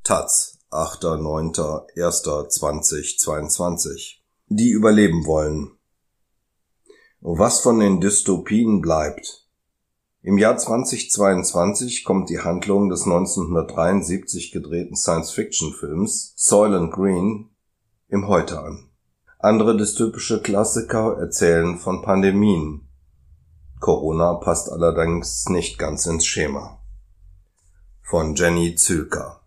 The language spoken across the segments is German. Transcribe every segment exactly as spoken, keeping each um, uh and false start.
taz, achter neunter erster zweitausendzweiundzwanzig. Die überleben wollen. Was von den Dystopien bleibt. Im Jahr zweitausendzweiundzwanzig kommt die Handlung des neunzehnhundertdreiundsiebzig gedrehten Science-Fiction-Films Soylent Green im Heute an. Andere dystopische Klassiker erzählen von Pandemien. Corona passt allerdings nicht ganz ins Schema. Von Jenny Zülker.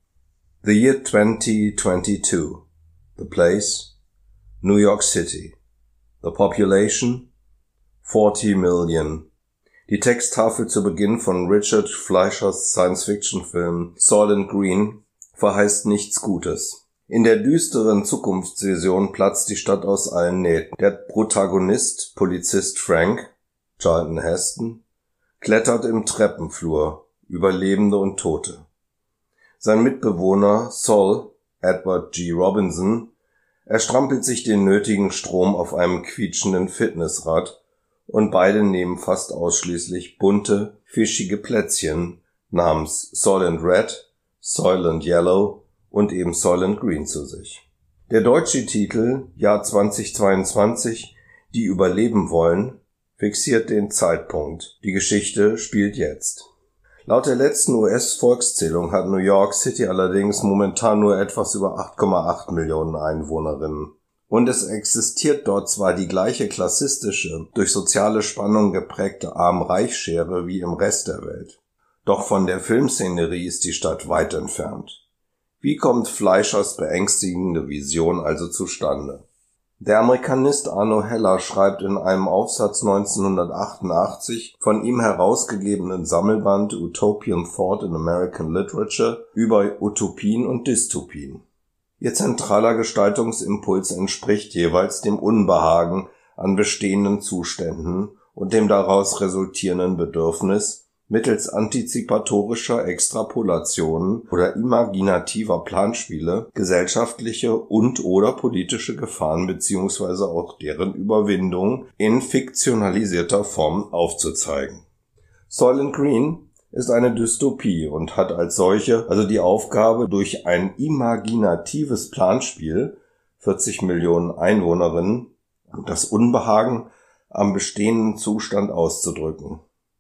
The year twenty twenty-two. The place? New York City. The population? forty million. Die Texttafel zu Beginn von Richard Fleischers Science-Fiction-Film Soylent Green verheißt nichts Gutes. In der düsteren Zukunftsvision platzt die Stadt aus allen Nähten. Der Protagonist, Polizist Frank, Charlton Heston, klettert im Treppenflur, Überlebende und Tote. Sein Mitbewohner Sol, Edward G. Robinson, er strampelt sich den nötigen Strom auf einem quietschenden Fitnessrad und beide nehmen fast ausschließlich bunte, fischige Plätzchen namens Soylent Red, Soylent Yellow und eben Soylent Green zu sich. Der deutsche Titel, Jahr zweitausendzweiundzwanzig, die überleben wollen, fixiert den Zeitpunkt. Die Geschichte spielt jetzt. Laut der letzten U S-Volkszählung hat New York City allerdings momentan nur etwas über acht Komma acht Millionen Einwohnerinnen. Und es existiert dort zwar die gleiche klassistische, durch soziale Spannung geprägte Arm-Reich-Schere wie im Rest der Welt. Doch von der Filmszenerie ist die Stadt weit entfernt. Wie kommt Fleischers beängstigende Vision also zustande? Der Amerikanist Arno Heller schreibt in einem Aufsatz neunzehnhundertachtundachtzig von ihm herausgegebenen Sammelband Utopian Thought in American Literature über Utopien und Dystopien. Ihr zentraler Gestaltungsimpuls entspricht jeweils dem Unbehagen an bestehenden Zuständen und dem daraus resultierenden Bedürfnis, mittels antizipatorischer Extrapolationen oder imaginativer Planspiele gesellschaftliche und/oder politische Gefahren bzw. auch deren Überwindung in fiktionalisierter Form aufzuzeigen. Soylent Green ist eine Dystopie und hat als solche also die Aufgabe, durch ein imaginatives Planspiel, vierzig Millionen Einwohnerinnen, das Unbehagen am bestehenden Zustand auszudrücken.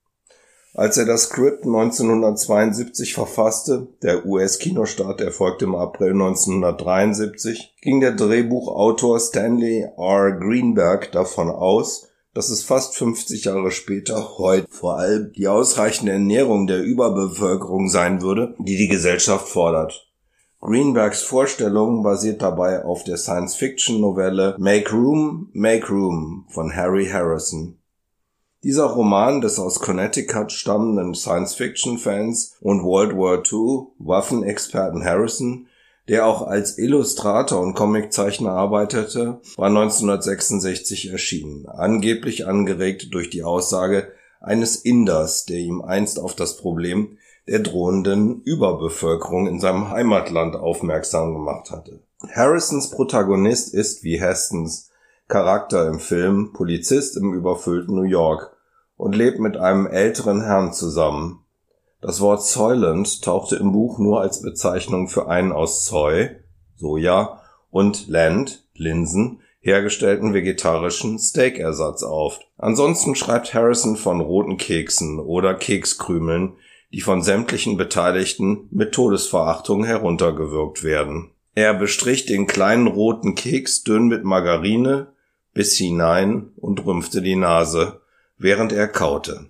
Als er das Skript neunzehnhundertzweiundsiebzig verfasste, der U S-Kinostart erfolgte im April neunzehnhundertdreiundsiebzig, ging der Drehbuchautor Stanley R. Greenberg davon aus, dass es fast fünfzig Jahre später heute vor allem die ausreichende Ernährung der Überbevölkerung sein würde, die die Gesellschaft fordert. Greenbergs Vorstellung basiert dabei auf der Science-Fiction-Novelle Make Room, Make Room von Harry Harrison. Dieser Roman des aus Connecticut stammenden Science-Fiction-Fans und World War Two Waffenexperten Harrison, der auch als Illustrator und Comiczeichner arbeitete, war neunzehnhundertsechsundsechzig erschienen, angeblich angeregt durch die Aussage eines Inders, der ihm einst auf das Problem der drohenden Überbevölkerung in seinem Heimatland aufmerksam gemacht hatte. Harrisons Protagonist ist, wie Hestons Charakter im Film, Polizist im überfüllten New York und lebt mit einem älteren Herrn zusammen. Das Wort Soylent tauchte im Buch nur als Bezeichnung für einen aus Soy, Soja, und Land, Linsen, hergestellten vegetarischen Steakersatz auf. Ansonsten schreibt Harrison von roten Keksen oder Kekskrümeln, die von sämtlichen Beteiligten mit Todesverachtung heruntergewürgt werden. Er bestrich den kleinen roten Keks dünn mit Margarine bis hinein und rümpfte die Nase, während er kaute.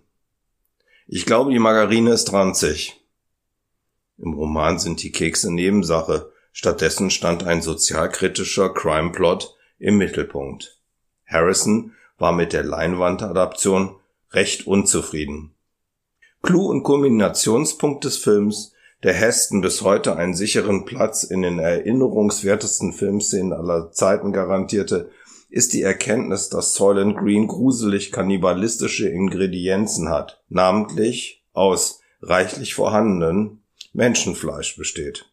Ich glaube, die Margarine ist ranzig. Im Roman sind die Kekse Nebensache. Stattdessen stand ein sozialkritischer Crime-Plot im Mittelpunkt. Harrison war mit der Leinwandadaption recht unzufrieden. Clou und Kulminationspunkt des Films, der Heston bis heute einen sicheren Platz in den erinnerungswertesten Filmszenen aller Zeiten garantierte, ist die Erkenntnis, dass Soylent Green gruselig kannibalistische Ingredienzen hat, namentlich aus reichlich vorhandenen Menschenfleisch besteht.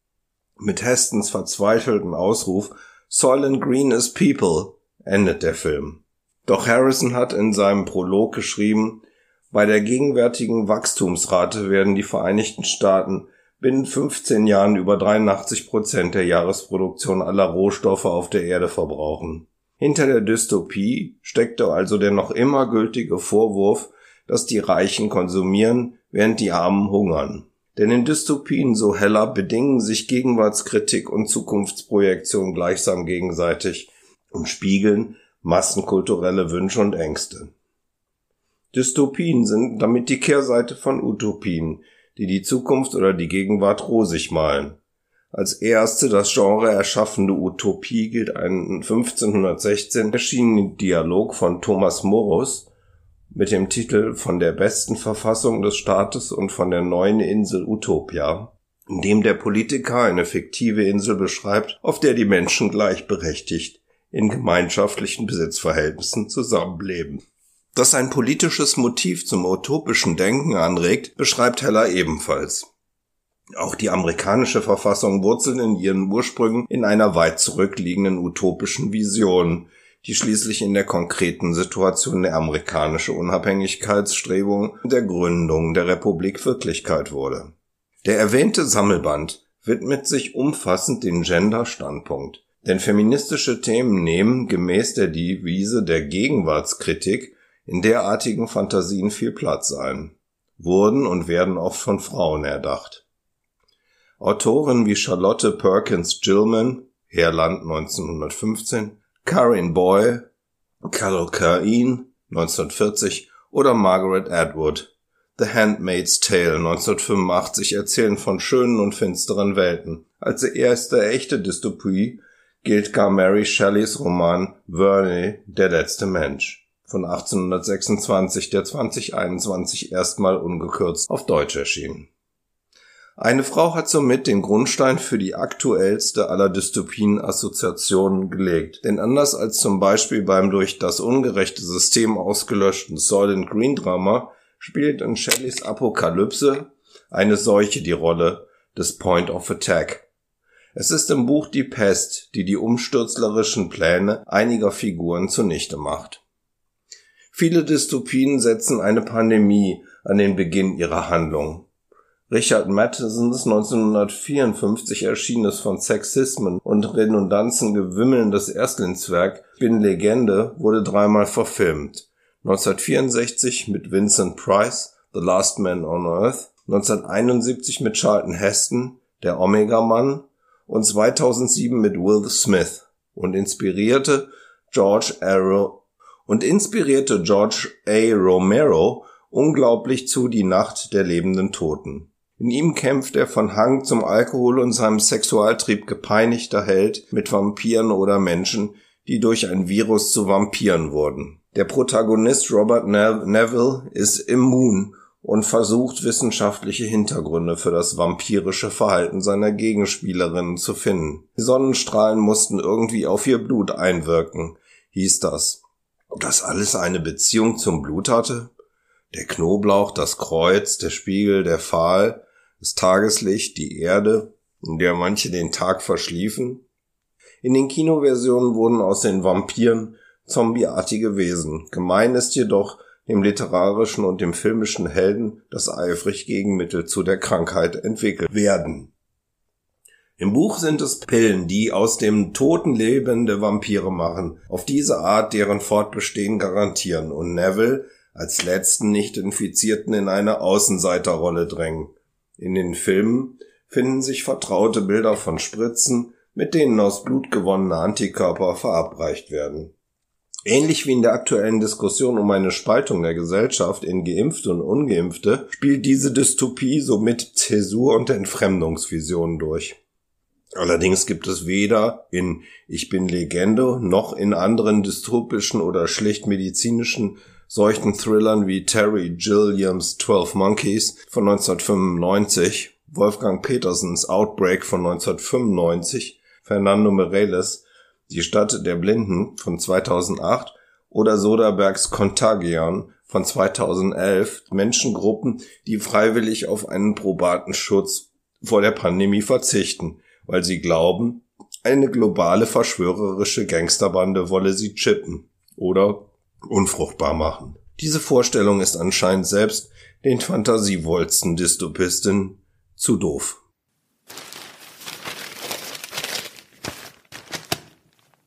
Mit Hestons verzweifeltem Ausruf "Soylent Green is people" endet der Film. Doch Harrison hat in seinem Prolog geschrieben, bei der gegenwärtigen Wachstumsrate werden die Vereinigten Staaten binnen fünfzehn Jahren über dreiundachtzig Prozent der Jahresproduktion aller Rohstoffe auf der Erde verbrauchen. Hinter der Dystopie steckte also der noch immer gültige Vorwurf, dass die Reichen konsumieren, während die Armen hungern. Denn in Dystopien so heller bedingen sich Gegenwartskritik und Zukunftsprojektion gleichsam gegenseitig und spiegeln massenkulturelle Wünsche und Ängste. Dystopien sind damit die Kehrseite von Utopien, die die Zukunft oder die Gegenwart rosig malen. Als erste das Genre erschaffende Utopie gilt ein fünfzehnhundertsechzehn erschienener Dialog von Thomas Morus mit dem Titel Von der besten Verfassung des Staates und von der neuen Insel Utopia, in dem der Politiker eine fiktive Insel beschreibt, auf der die Menschen gleichberechtigt in gemeinschaftlichen Besitzverhältnissen zusammenleben. Dass ein politisches Motiv zum utopischen Denken anregt, beschreibt Heller ebenfalls. Auch die amerikanische Verfassung wurzelt in ihren Ursprüngen in einer weit zurückliegenden utopischen Vision, die schließlich in der konkreten Situation der amerikanischen Unabhängigkeitsstrebung und der Gründung der Republik Wirklichkeit wurde. Der erwähnte Sammelband widmet sich umfassend dem Gender-Standpunkt, denn feministische Themen nehmen gemäß der Devise der Gegenwartskritik in derartigen Fantasien viel Platz ein, wurden und werden oft von Frauen erdacht. Autoren wie Charlotte Perkins Gilman, Herland neunzehnhundertfünfzehn, Karin Boyle, Carol Cain neunzehnhundertvierzig oder Margaret Atwood, The Handmaid's Tale neunzehnhundertfünfundachtzig erzählen von schönen und finsteren Welten. Als erste echte Dystopie gilt gar Mary Shelleys Roman Verney, der letzte Mensch, von achtzehnhundertsechsundzwanzig, der zweitausendeinundzwanzig erstmal ungekürzt auf Deutsch erschien. Eine Frau hat somit den Grundstein für die aktuellste aller Dystopien-Assoziationen gelegt. Denn anders als zum Beispiel beim durch das ungerechte System ausgelöschten Soylent Green-Drama spielt in Shelleys Apokalypse eine Seuche die Rolle des Point of Attack. Es ist im Buch die Pest, die die umstürzlerischen Pläne einiger Figuren zunichte macht. Viele Dystopien setzen eine Pandemie an den Beginn ihrer Handlung. Richard Mathesons neunzehnhundertvierundfünfzig erschienenes von Sexismen und Redundanzen gewimmelndes Erstlingswerk Bin Legende wurde dreimal verfilmt. neunzehnhundertvierundsechzig mit Vincent Price, The Last Man on Earth, neunzehnhunderteinundsiebzig mit Charlton Heston, Der Omega-Mann und zweitausendsieben mit Will Smith und inspirierte George A. und inspirierte George A. Romero unglaublich zu Die Nacht der lebenden Toten. In ihm kämpft der von Hang zum Alkohol und seinem Sexualtrieb gepeinigte Held mit Vampiren oder Menschen, die durch ein Virus zu Vampiren wurden. Der Protagonist Robert Neville ist immun und versucht, wissenschaftliche Hintergründe für das vampirische Verhalten seiner Gegenspielerinnen zu finden. Die Sonnenstrahlen mussten irgendwie auf ihr Blut einwirken, hieß das. Ob das alles eine Beziehung zum Blut hatte? Der Knoblauch, das Kreuz, der Spiegel, der Pfahl, das Tageslicht, die Erde, in der manche den Tag verschliefen. In den Kinoversionen wurden aus den Vampiren zombieartige Wesen. Gemein ist jedoch dem literarischen und dem filmischen Helden, das eifrig Gegenmittel zu der Krankheit entwickelt werden. Im Buch sind es Pillen, die aus dem Toten lebende Vampire machen, auf diese Art deren Fortbestehen garantieren und Neville als letzten Nicht-Infizierten in eine Außenseiterrolle drängen. In den Filmen finden sich vertraute Bilder von Spritzen, mit denen aus Blut gewonnene Antikörper verabreicht werden. Ähnlich wie in der aktuellen Diskussion um eine Spaltung der Gesellschaft in Geimpfte und Ungeimpfte, spielt diese Dystopie somit Zäsur- und Entfremdungsvisionen durch. Allerdings gibt es weder in Ich bin Legende noch in anderen dystopischen oder schlicht medizinischen solchen Thrillern wie Terry Gilliams Twelve Monkeys von neunzehnhundertfünfundneunzig, Wolfgang Petersens Outbreak von neunzehnhundertfünfundneunzig, Fernando Meirelles Die Stadt der Blinden von zweitausendacht oder Soderberghs Contagion von zweitausendelf, Menschengruppen, die freiwillig auf einen probaten Schutz vor der Pandemie verzichten, weil sie glauben, eine globale verschwörerische Gangsterbande wolle sie chippen oder unfruchtbar machen. Diese Vorstellung ist anscheinend selbst den Fantasiewolzen Dystopistinnen zu doof.